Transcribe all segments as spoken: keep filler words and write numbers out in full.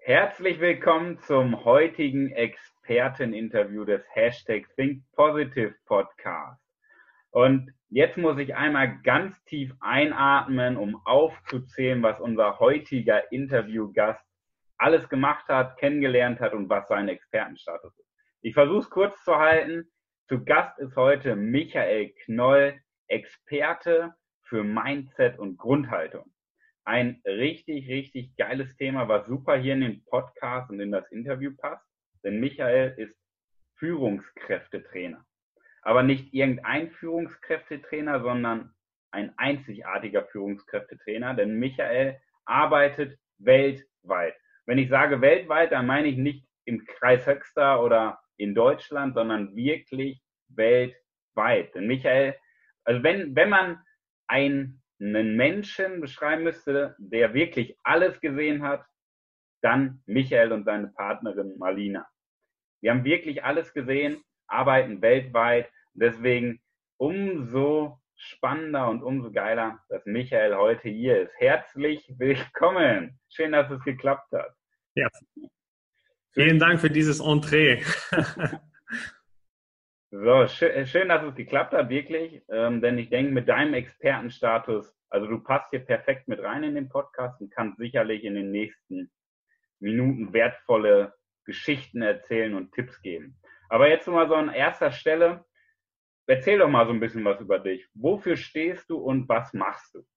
Herzlich willkommen zum heutigen Experteninterview des Hashtag Think Positive Podcast. Und jetzt muss ich einmal ganz tief einatmen, um aufzuzählen, was unser heutiger Interviewgast alles gemacht hat, kennengelernt hat und was sein Expertenstatus ist. Ich versuche es kurz zu halten. Zu Gast ist heute Michael Knoll, Experte für Mindset und Grundhaltung. Ein richtig, richtig geiles Thema, was super hier in den Podcast und in das Interview passt. Denn Michael ist Führungskräftetrainer. Aber nicht irgendein Führungskräftetrainer, sondern ein einzigartiger Führungskräftetrainer. Denn Michael arbeitet weltweit. Wenn ich sage weltweit, dann meine ich nicht im Kreis Höxter oder in Deutschland, sondern wirklich weltweit. Denn Michael, also wenn, wenn man ein einen Menschen beschreiben müsste, der wirklich alles gesehen hat, dann Michael und seine Partnerin Marlina. Wir haben wirklich alles gesehen, arbeiten weltweit. Deswegen umso spannender und umso geiler, dass Michael heute hier ist. Herzlich willkommen. Schön, dass es geklappt hat. Ja. Vielen Dank für dieses Entree. So, schön, schön, dass es geklappt hat, wirklich, ähm, denn ich denke, mit deinem Expertenstatus, also du passt hier perfekt mit rein in den Podcast und kannst sicherlich in den nächsten Minuten wertvolle Geschichten erzählen und Tipps geben. Aber jetzt mal so an erster Stelle, erzähl doch mal so ein bisschen was über dich. Wofür stehst du und was machst du?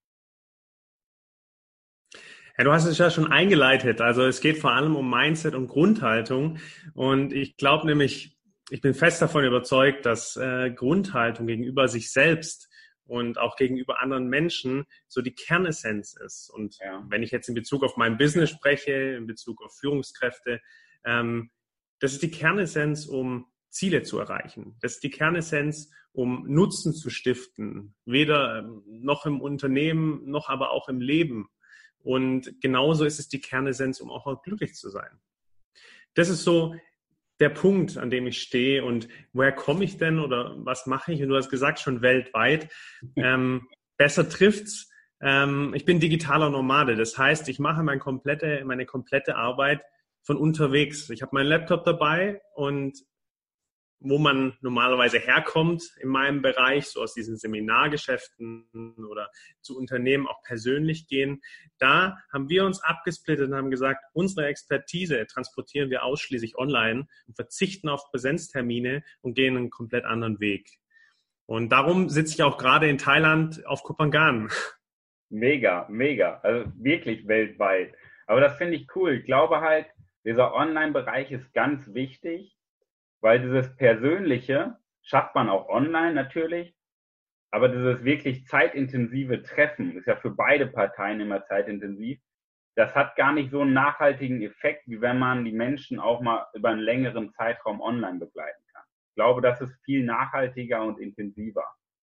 Ja, du hast es ja schon eingeleitet. Also es geht vor allem um Mindset und Grundhaltung. Und ich glaube nämlich, ich bin fest davon überzeugt, dass äh, Grundhaltung gegenüber sich selbst und auch gegenüber anderen Menschen so die Kernessenz ist. Und ja. Wenn ich jetzt in Bezug auf mein Business spreche, in Bezug auf Führungskräfte, ähm, das ist die Kernessenz, um Ziele zu erreichen. Das ist die Kernessenz, um Nutzen zu stiften, weder ähm, noch im Unternehmen, noch aber auch im Leben. Und genauso ist es die Kernessenz, um auch glücklich zu sein. Das ist so der Punkt, an dem ich stehe. Und woher komme ich denn oder was mache ich? Und du hast gesagt, schon weltweit. Ähm, besser trifft's. Ähm, ich bin digitaler Nomade. Das heißt, ich mache meine komplette, meine komplette Arbeit von unterwegs. Ich habe meinen Laptop dabei und wo man normalerweise herkommt in meinem Bereich, so aus diesen Seminargeschäften oder zu Unternehmen auch persönlich gehen, da haben wir uns abgesplittet und haben gesagt, unsere Expertise transportieren wir ausschließlich online und verzichten auf Präsenztermine und gehen einen komplett anderen Weg. Und darum sitze ich auch gerade in Thailand auf Koh Phangan. Mega, mega, also wirklich weltweit. Aber das finde ich cool. Ich glaube halt, dieser Online-Bereich ist ganz wichtig, weil dieses Persönliche schafft man auch online natürlich, aber dieses wirklich zeitintensive Treffen ist ja für beide Parteien immer zeitintensiv. Das hat gar nicht so einen nachhaltigen Effekt, wie wenn man die Menschen auch mal über einen längeren Zeitraum online begleiten kann. Ich glaube, das ist viel nachhaltiger und intensiver.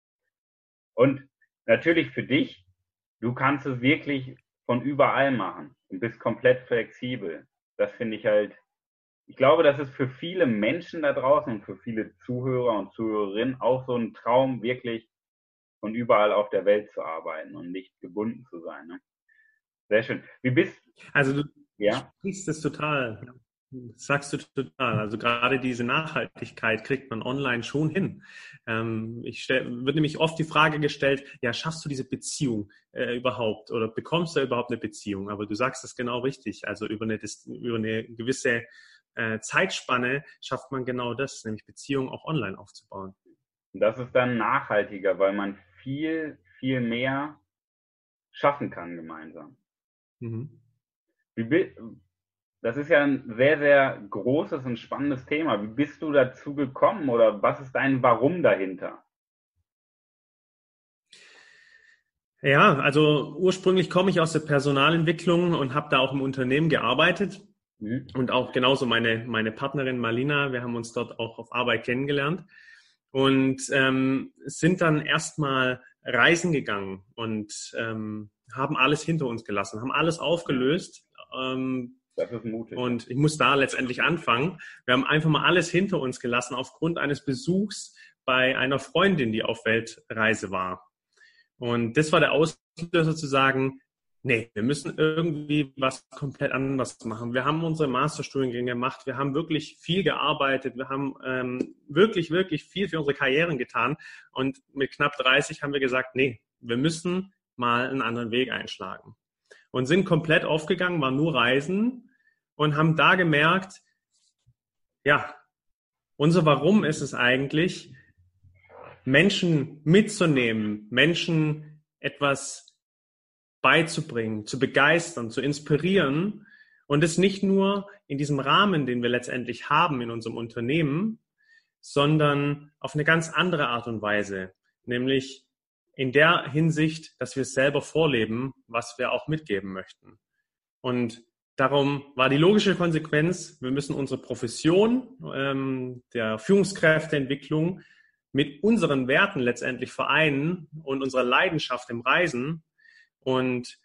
Und natürlich für dich, du kannst es wirklich von überall machen und bist komplett flexibel. Das finde ich halt. Ich glaube, das ist für viele Menschen da draußen und für viele Zuhörer und Zuhörerinnen auch so ein Traum, wirklich von überall auf der Welt zu arbeiten und nicht gebunden zu sein. Ne? Sehr schön. Wie bist du? Also du ja? sprichst es total. Das sagst du total. Also gerade diese Nachhaltigkeit kriegt man online schon hin. Ähm, ich stell, wird nämlich oft die Frage gestellt, ja, schaffst du diese Beziehung äh, überhaupt oder bekommst du überhaupt eine Beziehung? Aber du sagst es genau richtig. Also über eine, über eine gewisse Zeitspanne schafft man genau das, nämlich Beziehungen auch online aufzubauen. Das ist dann nachhaltiger, weil man viel, viel mehr schaffen kann gemeinsam. Mhm. Wie, das ist ja ein sehr, sehr großes und spannendes Thema. Wie bist du dazu gekommen oder was ist dein Warum dahinter? Ja, also ursprünglich komme ich aus der Personalentwicklung und habe da auch im Unternehmen gearbeitet. Und auch genauso meine, meine Partnerin Marlina, wir haben uns dort auch auf Arbeit kennengelernt und ähm, sind dann erstmal reisen gegangen und ähm, haben alles hinter uns gelassen, haben alles aufgelöst. Ähm, das ist mutig. Und ich muss da letztendlich anfangen. Wir haben einfach mal alles hinter uns gelassen aufgrund eines Besuchs bei einer Freundin, die auf Weltreise war. Und das war der Auslöser zu sagen, nee, wir müssen irgendwie was komplett anderes machen. Wir haben unsere Masterstudiengänge gemacht, wir haben wirklich viel gearbeitet, wir haben ähm, wirklich, wirklich viel für unsere Karrieren getan und mit knapp dreißig haben wir gesagt, nee, wir müssen mal einen anderen Weg einschlagen und sind komplett aufgegangen, waren nur Reisen und haben da gemerkt, ja, unser Warum ist es eigentlich, Menschen mitzunehmen, Menschen etwas beizubringen, zu begeistern, zu inspirieren und es nicht nur in diesem Rahmen, den wir letztendlich haben in unserem Unternehmen, sondern auf eine ganz andere Art und Weise, nämlich in der Hinsicht, dass wir es selber vorleben, was wir auch mitgeben möchten. Und darum war die logische Konsequenz, wir müssen unsere Profession ähm, der Führungskräfteentwicklung mit unseren Werten letztendlich vereinen und unserer Leidenschaft im Reisen und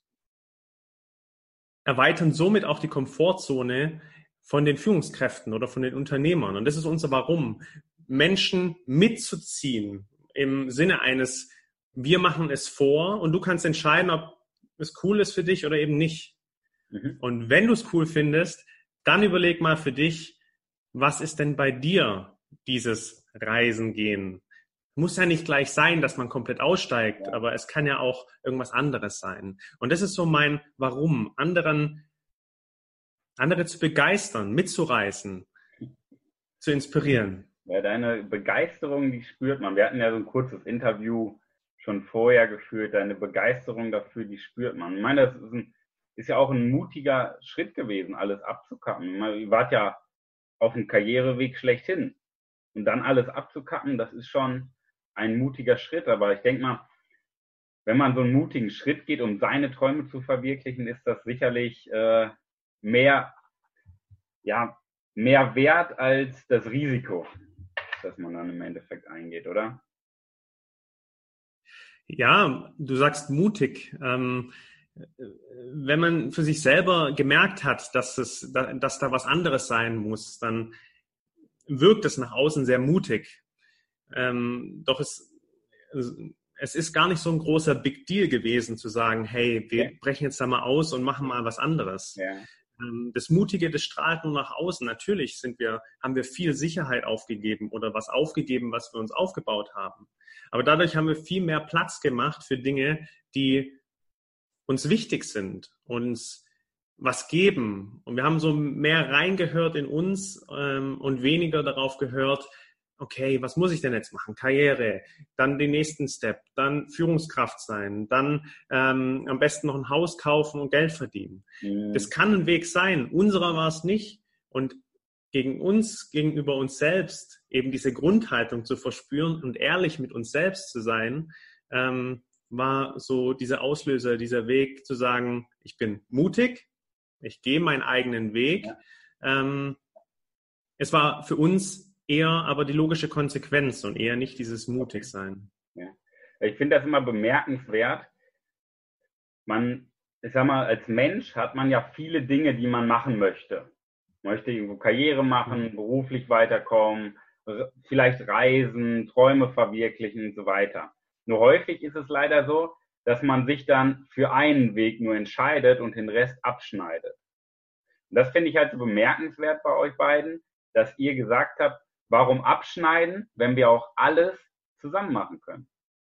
erweitern somit auch die Komfortzone von den Führungskräften oder von den Unternehmern. Und das ist unser Warum. Menschen mitzuziehen im Sinne eines, wir machen es vor und du kannst entscheiden, ob es cool ist für dich oder eben nicht. Mhm. Und wenn du es cool findest, dann überleg mal für dich, was ist denn bei dir dieses Reisen gehen? Muss ja nicht gleich sein, dass man komplett aussteigt, ja. Aber es kann ja auch irgendwas anderes sein. Und das ist so mein Warum, anderen, andere zu begeistern, mitzureißen, zu inspirieren. Ja, deine Begeisterung, die spürt man. Wir hatten ja so ein kurzes Interview schon vorher geführt. Deine Begeisterung dafür, die spürt man. Ich meine, das ist, ein, ist ja auch ein mutiger Schritt gewesen, alles abzukappen. Ihr wart ja auf dem Karriereweg schlechthin. Und dann alles abzukappen, das ist schon ein mutiger Schritt. Aber ich denke mal, wenn man so einen mutigen Schritt geht, um seine Träume zu verwirklichen, ist das sicherlich äh, mehr, ja, mehr wert als das Risiko, das man dann im Endeffekt eingeht, oder? Ja, du sagst mutig. Ähm, wenn man für sich selber gemerkt hat, dass es, dass da was anderes sein muss, dann wirkt es nach außen sehr mutig. Ähm, doch es, es ist gar nicht so ein großer Big Deal gewesen, zu sagen, hey, wir ja. brechen jetzt da mal aus und machen mal was anderes. Ja. Ähm, das Mutige, das strahlt nur nach außen. Natürlich sind wir, haben wir viel Sicherheit aufgegeben oder was aufgegeben, was wir uns aufgebaut haben. Aber dadurch haben wir viel mehr Platz gemacht für Dinge, die uns wichtig sind, uns was geben. Und wir haben so mehr reingehört in uns ähm, und weniger darauf gehört, okay, was muss ich denn jetzt machen? Karriere, dann den nächsten Step, dann Führungskraft sein, dann ähm, am besten noch ein Haus kaufen und Geld verdienen. Mhm. Das kann ein Weg sein. Unserer war es nicht. Und gegen uns, gegenüber uns selbst, eben diese Grundhaltung zu verspüren und ehrlich mit uns selbst zu sein, ähm, war so dieser Auslöser, dieser Weg zu sagen, ich bin mutig, ich gehe meinen eigenen Weg. Ja. Ähm, es war für uns eher aber die logische Konsequenz und eher nicht dieses Mutigsein. Ja. Ich finde das immer bemerkenswert. Man, ich sag mal, als Mensch hat man ja viele Dinge, die man machen möchte. Man möchte irgendwo Karriere machen, mhm. beruflich weiterkommen, vielleicht reisen, Träume verwirklichen und so weiter. Nur häufig ist es leider so, dass man sich dann für einen Weg nur entscheidet und den Rest abschneidet. Und das finde ich halt so bemerkenswert bei euch beiden, dass ihr gesagt habt, warum abschneiden, wenn wir auch alles zusammen machen können.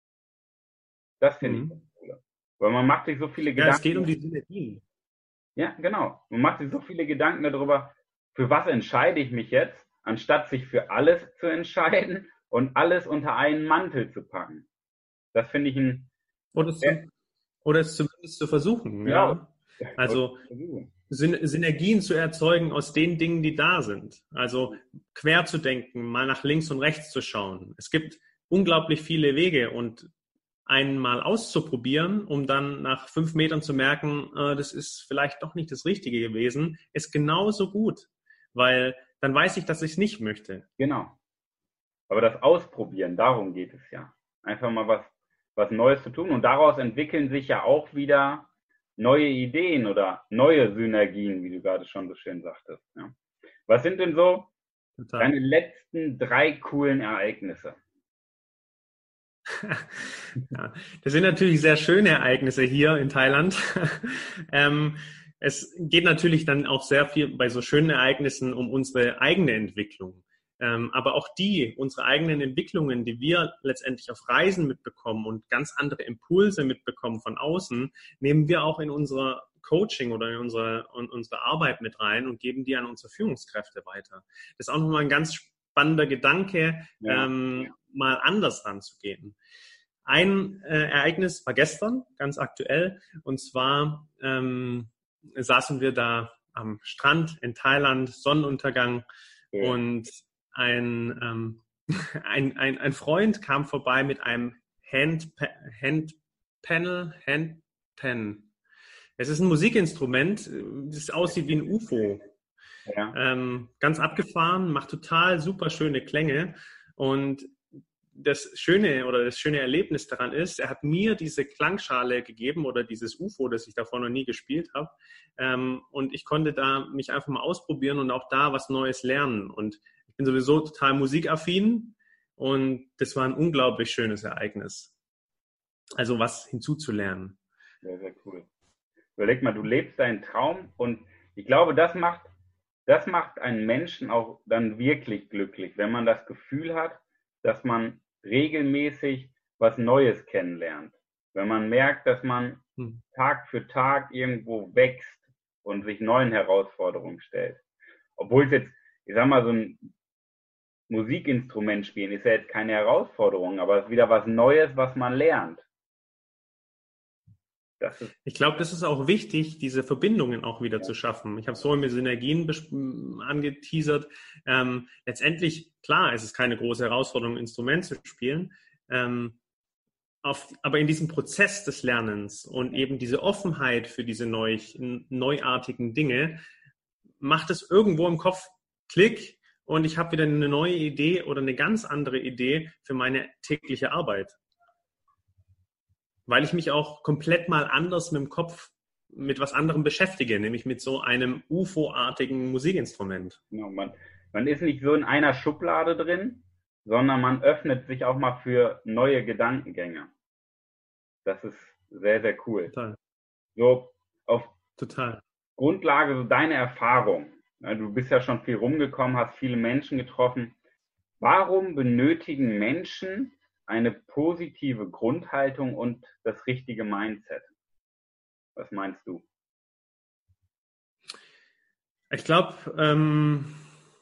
Das finde mhm. ich das Coole. Weil man macht sich so viele ja, Gedanken. Ja, es geht um die Synergien. Ja, genau. Man macht sich so viele Gedanken darüber, für was entscheide ich mich jetzt, anstatt sich für alles zu entscheiden und alles unter einen Mantel zu packen. Das finde ich ein... Oder es, zu, oder es zumindest zu versuchen. Ja. ja. Also Synergien zu erzeugen aus den Dingen, die da sind. Also quer zu denken, mal nach links und rechts zu schauen. Es gibt unglaublich viele Wege und einen mal auszuprobieren, um dann nach fünf Metern zu merken, äh, das ist vielleicht doch nicht das Richtige gewesen, ist genauso gut. Weil dann weiß ich, dass ich es nicht möchte. Genau. Aber das Ausprobieren, darum geht es ja. Einfach mal was was Neues zu tun. Und daraus entwickeln sich ja auch wieder neue Ideen oder neue Synergien, wie du gerade schon so schön sagtest. Ja. Was sind denn so Total. deine letzten drei coolen Ereignisse? Ja, das sind natürlich sehr schöne Ereignisse hier in Thailand. ähm, es geht natürlich dann auch sehr viel bei so schönen Ereignissen um unsere eigene Entwicklung. Ähm, aber auch die, unsere eigenen Entwicklungen, die wir letztendlich auf Reisen mitbekommen und ganz andere Impulse mitbekommen von außen, nehmen wir auch in unser Coaching oder in unsere, in unsere Arbeit mit rein und geben die an unsere Führungskräfte weiter. Das ist auch nochmal ein ganz spannender Gedanke, Ja, ähm, ja. mal anders ranzugehen. Ein äh, Ereignis war gestern, ganz aktuell, und zwar ähm, saßen wir da am Strand in Thailand, Sonnenuntergang, Schön. und ein, ähm, ein, ein, ein Freund kam vorbei mit einem Hand, Handpanel, Handpan. Es ist ein Musikinstrument, das aussieht wie ein U F O. Ja. Ähm, ganz abgefahren, macht total super schöne Klänge. Und das Schöne oder das schöne Erlebnis daran ist, er hat mir diese Klangschale gegeben oder dieses U F O, das ich davor noch nie gespielt habe. Ähm, und ich konnte da mich einfach mal ausprobieren und auch da was Neues lernen. Und ich bin sowieso total musikaffin und das war ein unglaublich schönes Ereignis. Also was hinzuzulernen. Sehr, sehr cool. Überleg mal, du lebst deinen Traum und ich glaube, das macht, das macht einen Menschen auch dann wirklich glücklich, wenn man das Gefühl hat, dass man regelmäßig was Neues kennenlernt. Wenn man merkt, dass man Hm. Tag für Tag irgendwo wächst und sich neuen Herausforderungen stellt. Obwohl es jetzt, ich sag mal, so ein Musikinstrument spielen ist ja jetzt keine Herausforderung, aber es ist wieder was Neues, was man lernt. Das ist, Ich glaube, das ist auch wichtig, diese Verbindungen auch wieder ja. zu schaffen. Ich habe es vorhin mit Synergien angeteasert. Ähm, letztendlich, klar, es ist keine große Herausforderung, ein Instrument zu spielen. Ähm, auf, aber in diesem Prozess des Lernens und eben diese Offenheit für diese neu, neuartigen Dinge macht es irgendwo im Kopf Klick und ich habe wieder eine neue Idee oder eine ganz andere Idee für meine tägliche Arbeit. Weil ich mich auch komplett mal anders mit dem Kopf mit was anderem beschäftige, nämlich mit so einem U F O-artigen Musikinstrument. Genau, man, man ist nicht so in einer Schublade drin, sondern man öffnet sich auch mal für neue Gedankengänge. Das ist sehr, sehr cool. Total. So auf Total. Grundlage so deiner Erfahrung. Du bist ja schon viel rumgekommen, hast viele Menschen getroffen. Warum benötigen Menschen eine positive Grundhaltung und das richtige Mindset? Was meinst du? Ich glaube, ähm,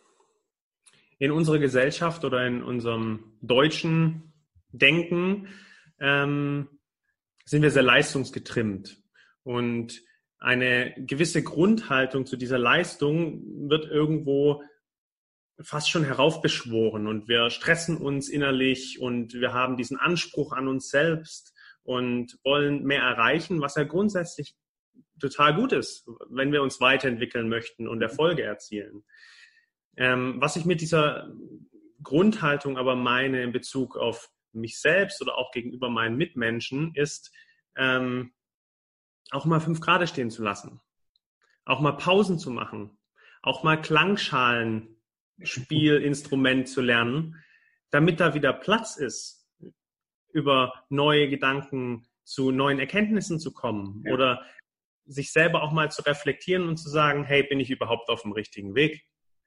in unserer Gesellschaft oder in unserem deutschen Denken ähm, sind wir sehr leistungsgetrimmt. Und eine gewisse Grundhaltung zu dieser Leistung wird irgendwo fast schon heraufbeschworen und wir stressen uns innerlich und wir haben diesen Anspruch an uns selbst und wollen mehr erreichen, was ja grundsätzlich total gut ist, wenn wir uns weiterentwickeln möchten und Erfolge erzielen. Ähm, was ich mit dieser Grundhaltung aber meine in Bezug auf mich selbst oder auch gegenüber meinen Mitmenschen ist, ähm, auch mal fünf Grade stehen zu lassen, auch mal Pausen zu machen, auch mal Klangschalen Spielinstrument zu lernen, damit da wieder Platz ist, über neue Gedanken zu neuen Erkenntnissen zu kommen ja. Oder sich selber auch mal zu reflektieren und zu sagen, hey, bin ich überhaupt auf dem richtigen Weg?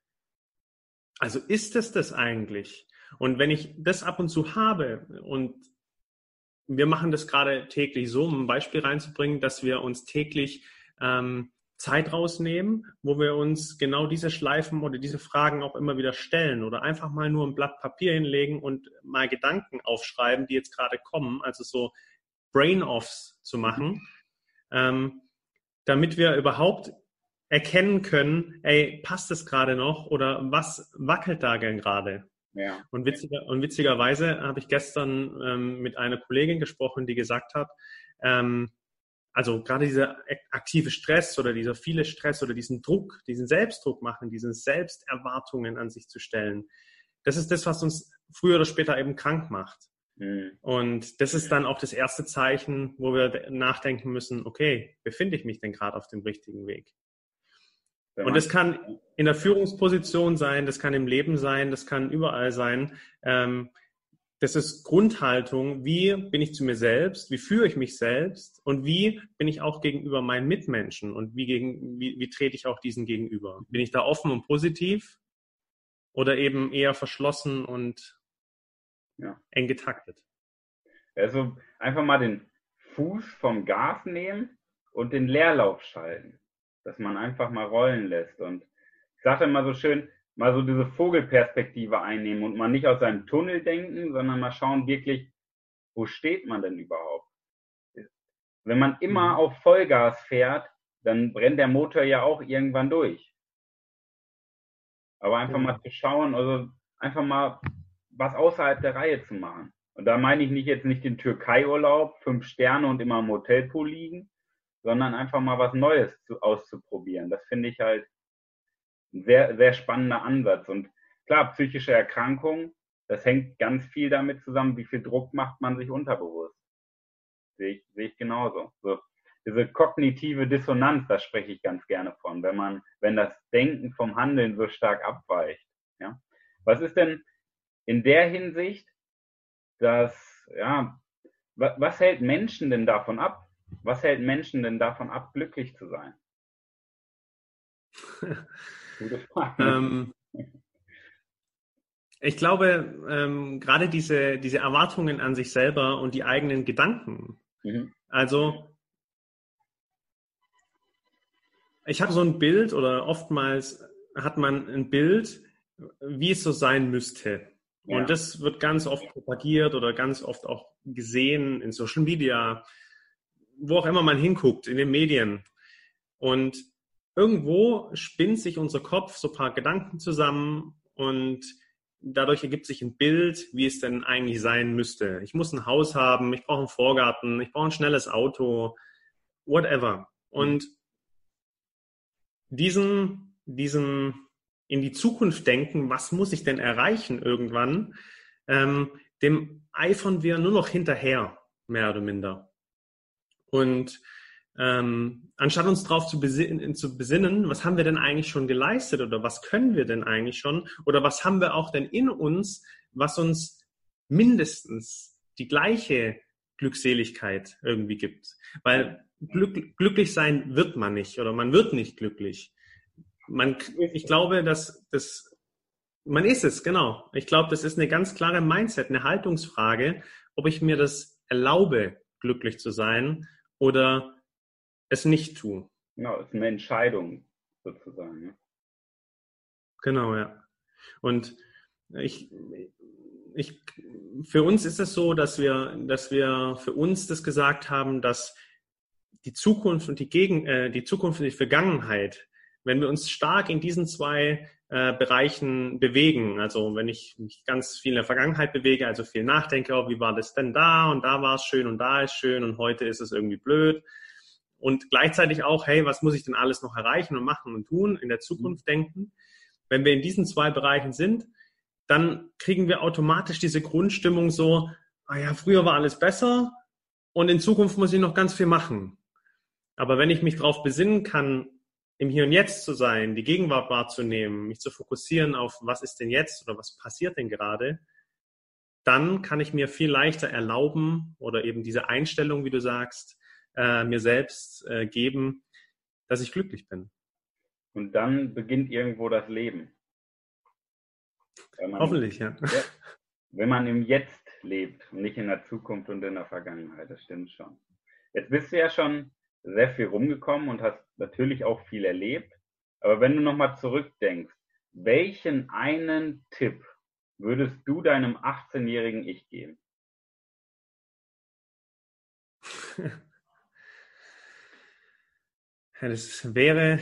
Also ist es das eigentlich? Und wenn ich das ab und zu habe und wir machen das gerade täglich so, um ein Beispiel reinzubringen, dass wir uns täglich ähm, Zeit rausnehmen, wo wir uns genau diese Schleifen oder diese Fragen auch immer wieder stellen oder einfach mal nur ein Blatt Papier hinlegen und mal Gedanken aufschreiben, die jetzt gerade kommen, also so Brain-Offs zu machen, ähm, damit wir überhaupt erkennen können, ey, passt es gerade noch oder was wackelt da denn gerade? Ja. Und, witziger, und witzigerweise habe ich gestern ähm, mit einer Kollegin gesprochen, die gesagt hat, ähm, also gerade dieser aktive Stress oder dieser viele Stress oder diesen Druck, diesen Selbstdruck machen, diese Selbsterwartungen an sich zu stellen, das ist das, was uns früher oder später eben krank macht. Mhm. Und das ist dann auch das erste Zeichen, wo wir nachdenken müssen, okay, befinde ich mich denn gerade auf dem richtigen Weg? Und das kann in der Führungsposition sein, das kann im Leben sein, das kann überall sein. Ähm, das ist Grundhaltung. Wie bin ich zu mir selbst? Wie führe ich mich selbst? Und wie bin ich auch gegenüber meinen Mitmenschen? Und wie, gegen, wie, wie trete ich auch diesen gegenüber? Bin ich da offen und positiv oder eben eher verschlossen und ja. eng getaktet? Also einfach mal den Fuß vom Gas nehmen und den Leerlauf schalten, dass man einfach mal rollen lässt. Und ich sage immer so schön, mal so diese Vogelperspektive einnehmen und mal nicht aus seinem Tunnel denken, sondern mal schauen wirklich, wo steht man denn überhaupt? Wenn man immer mhm. auf Vollgas fährt, dann brennt der Motor ja auch irgendwann durch. Aber einfach mhm. mal zu schauen, also einfach mal was außerhalb der Reihe zu machen. Und da meine ich nicht jetzt nicht den Türkei-Urlaub, fünf Sterne und immer im Hotelpool liegen, sondern einfach mal was Neues zu, auszuprobieren. Das finde ich halt ein sehr, sehr spannender Ansatz. Und klar, psychische Erkrankungen, das hängt ganz viel damit zusammen, wie viel Druck macht man sich unterbewusst. Sehe ich, sehe ich genauso. So, diese kognitive Dissonanz, da spreche ich ganz gerne von, wenn man, wenn das Denken vom Handeln so stark abweicht. Ja? Was ist denn in der Hinsicht, dass, ja, was, was hält Menschen denn davon ab? Was hält Menschen denn davon ab, glücklich zu sein? Gute Frage. Ähm, ich glaube, ähm, gerade diese, diese Erwartungen an sich selber und die eigenen Gedanken. Mhm. Also, ich habe so ein Bild oder oftmals hat man ein Bild, wie es so sein müsste. Und ja. das wird ganz oft propagiert oder ganz oft auch gesehen in Social Media, wo auch immer man hinguckt, in den Medien. Und irgendwo spinnt sich unser Kopf so ein paar Gedanken zusammen und dadurch ergibt sich ein Bild, wie es denn eigentlich sein müsste. Ich muss ein Haus haben, ich brauche einen Vorgarten, ich brauche ein schnelles Auto, whatever. Und diesen, diesen in die Zukunft denken, was muss ich denn erreichen irgendwann, ähm, dem eifern wir nur noch hinterher, mehr oder minder. Und ähm, anstatt uns darauf zu, besin- zu besinnen, was haben wir denn eigentlich schon geleistet oder was können wir denn eigentlich schon oder was haben wir auch denn in uns, was uns mindestens die gleiche Glückseligkeit irgendwie gibt. Weil glück, glücklich sein wird man nicht oder man wird nicht glücklich. Man, ich glaube, dass das, man ist es, genau. Ich glaube, das ist eine ganz klare Mindset, eine Haltungsfrage, ob ich mir das erlaube, glücklich zu sein oder es nicht tue. Genau, es ist eine Entscheidung sozusagen. Ne? Genau, ja. Und ich, ich, für uns ist es so, dass wir, dass wir für uns das gesagt haben, dass die Zukunft und die Gegen, äh, die Zukunft und die Vergangenheit, wenn wir uns stark in diesen zwei äh, Bereichen bewegen, also wenn ich mich ganz viel in der Vergangenheit bewege, also viel nachdenke, oh, wie war das denn da und da war es schön und da ist schön und heute ist es irgendwie blöd und gleichzeitig auch, hey, was muss ich denn alles noch erreichen und machen und tun, in der Zukunft denken. Wenn wir in diesen zwei Bereichen sind, dann kriegen wir automatisch diese Grundstimmung so, ah ja, früher war alles besser und in Zukunft muss ich noch ganz viel machen. Aber wenn ich mich darauf besinnen kann, im Hier und Jetzt zu sein, die Gegenwart wahrzunehmen, mich zu fokussieren auf, was ist denn jetzt oder was passiert denn gerade, dann kann ich mir viel leichter erlauben oder eben diese Einstellung, wie du sagst, äh, mir selbst äh, geben, dass ich glücklich bin. Und dann beginnt irgendwo das Leben. Man, Hoffentlich, ja. ja. Wenn man im Jetzt lebt und nicht in der Zukunft und in der Vergangenheit, das stimmt schon. Jetzt bist du ja schon sehr viel rumgekommen und hast natürlich auch viel erlebt. Aber wenn du nochmal zurückdenkst, welchen einen Tipp würdest du deinem achtzehnjährigen Ich geben? Ja, das wäre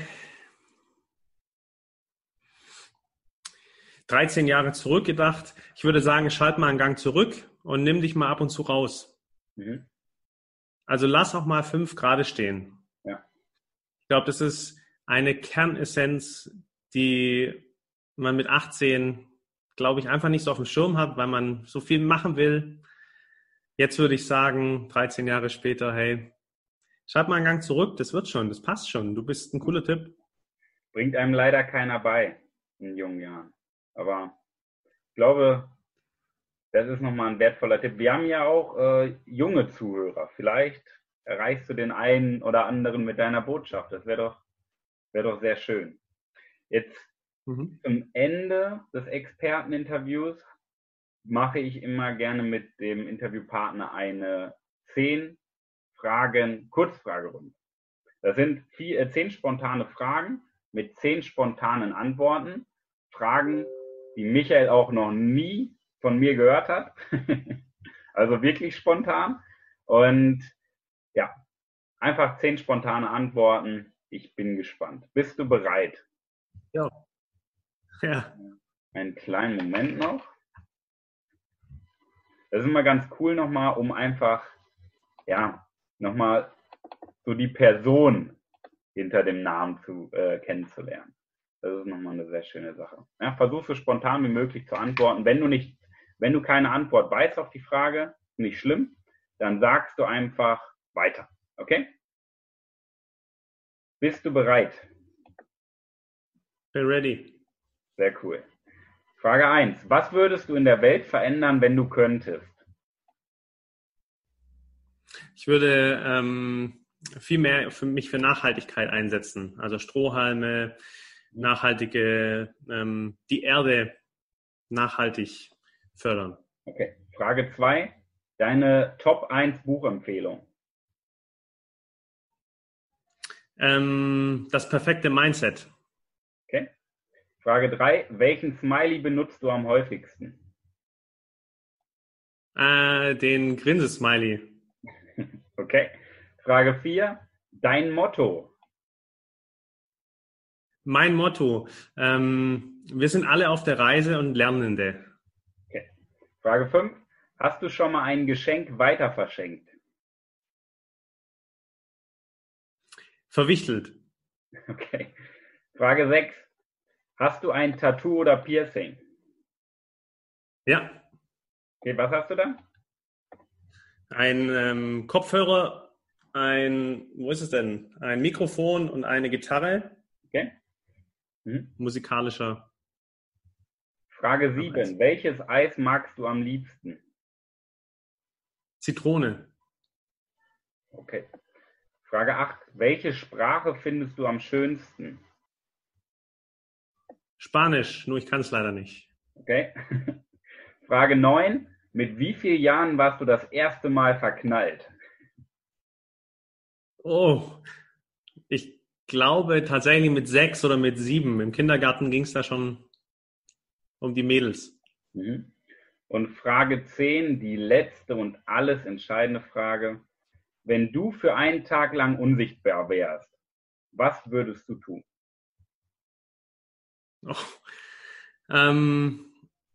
dreizehn Jahre zurückgedacht. Ich würde sagen, schalt mal einen Gang zurück und nimm dich mal ab und zu raus. Mhm. Also lass auch mal fünf Grad stehen. Ja. Ich glaube, das ist eine Kernessenz, die man mit achtzehn, glaube ich, einfach nicht so auf dem Schirm hat, weil man so viel machen will. Jetzt würde ich sagen, dreizehn Jahre später, hey, schalt mal einen Gang zurück, das wird schon, das passt schon. Du bist ein cooler Tipp. Bringt einem leider keiner bei in jungen Jahren. Aber ich glaube, das ist nochmal ein wertvoller Tipp. Wir haben ja auch äh, junge Zuhörer. Vielleicht erreichst du den einen oder anderen mit deiner Botschaft. Das wäre doch, wäre doch sehr schön. Jetzt mhm. zum Ende des Experteninterviews mache ich immer gerne mit dem Interviewpartner eine zehn Fragen Kurzfragerunde. Das sind vier, äh, zehn spontane Fragen mit zehn spontanen Antworten. Fragen, die Michael auch noch nie von mir gehört hat. Also wirklich spontan. Und ja, einfach zehn spontane Antworten. Ich bin gespannt. Bist du bereit? Ja. Ja. Einen kleinen Moment noch. Das ist immer ganz cool nochmal, um einfach, ja, nochmal so die Person hinter dem Namen zu äh, kennenzulernen. Das ist nochmal eine sehr schöne Sache. Ja, versuch so spontan wie möglich zu antworten. Wenn du nicht, wenn du keine Antwort weißt auf die Frage, nicht schlimm, dann sagst du einfach weiter. Okay? Bist du bereit? Bin ready. Sehr cool. Frage eins. Was würdest du in der Welt verändern, wenn du könntest? Ich würde ähm, viel mehr für mich für Nachhaltigkeit einsetzen. Also Strohhalme, nachhaltige, ähm, die Erde nachhaltig fördern. Okay. Frage zwei. Deine Top eins Buchempfehlung? Ähm, das perfekte Mindset. Okay. Frage drei. Welchen Smiley benutzt du am häufigsten? Äh, den Grinsesmiley. Okay. Frage vier. Dein Motto? Mein Motto. Ähm, wir sind alle auf der Reise und Lernende. Okay. Frage fünf. Hast du schon mal ein Geschenk weiter verschenkt? Verwichtelt. Okay. Frage sechs. Hast du ein Tattoo oder Piercing? Ja. Okay, was hast du da? Ein ähm, Kopfhörer, ein, wo ist es denn? Ein Mikrofon und eine Gitarre. Okay. Mhm. Musikalischer. Frage sieben. Welches Eis magst du am liebsten? Zitrone. Okay. Frage acht. Welche Sprache findest du am schönsten? Spanisch, nur ich kann es leider nicht. Okay. Frage neun. Mit wie vielen Jahren warst du das erste Mal verknallt? Oh, ich glaube tatsächlich mit sechs oder mit sieben. Im Kindergarten ging es da schon um die Mädels. Mhm. Und Frage zehn, die letzte und alles entscheidende Frage. Wenn du für einen Tag lang unsichtbar wärst, was würdest du tun? Oh, ähm,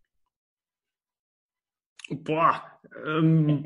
boah, ähm,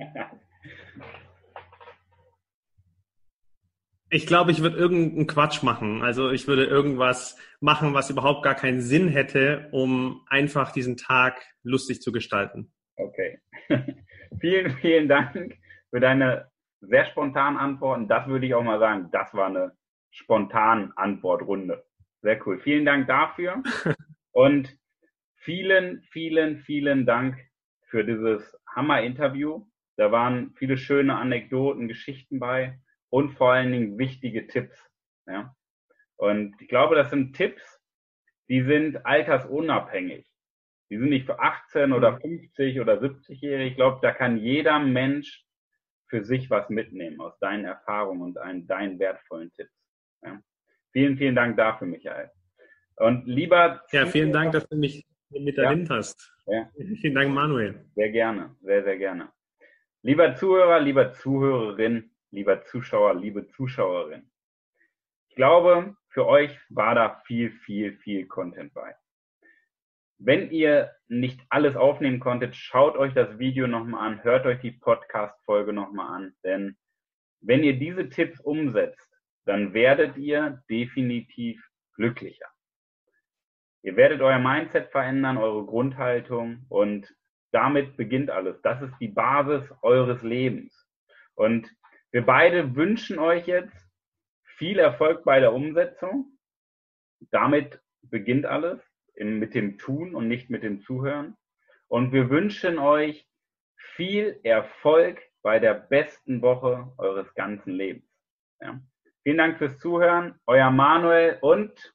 ich glaube, ich würde irgendeinen Quatsch machen. Also ich würde irgendwas machen, was überhaupt gar keinen Sinn hätte, um einfach diesen Tag lustig zu gestalten. Okay. Vielen, vielen Dank für deine sehr spontanen Antworten. Das würde ich auch mal sagen, das war eine spontane Antwortrunde. Sehr cool. Vielen Dank dafür. Und vielen, vielen, vielen Dank für dieses Hammer-Interview. Da waren viele schöne Anekdoten, Geschichten bei und vor allen Dingen wichtige Tipps. Ja? Und ich glaube, das sind Tipps, die sind altersunabhängig. Die sind nicht für achtzehn oder fünfzig oder siebzig-Jährige. Ich glaube, da kann jeder Mensch für sich was mitnehmen aus deinen Erfahrungen und deinen wertvollen Tipps. Ja? Vielen, vielen Dank dafür, Michael. Und lieber Ja, vielen Dank, dass du mich mit dahin ja. hast. Ja. Vielen Dank, Manuel. Sehr gerne, sehr, sehr gerne. Lieber Zuhörer, lieber Zuhörerin, lieber Zuschauer, liebe Zuschauerin. Ich glaube, für euch war da viel, viel, viel Content bei. Wenn ihr nicht alles aufnehmen konntet, schaut euch das Video nochmal an, hört euch die Podcast-Folge nochmal an, denn wenn ihr diese Tipps umsetzt, dann werdet ihr definitiv glücklicher. Ihr werdet euer Mindset verändern, eure Grundhaltung und damit beginnt alles. Das ist die Basis eures Lebens. Und wir beide wünschen euch jetzt viel Erfolg bei der Umsetzung. Damit beginnt alles mit dem Tun und nicht mit dem Zuhören. und wir wünschen euch viel Erfolg bei der besten Woche eures ganzen Lebens. Ja. Vielen Dank fürs Zuhören. Euer Manuel und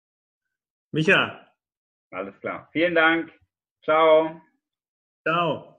Micha. Alles klar. Vielen Dank. Ciao. Ciao.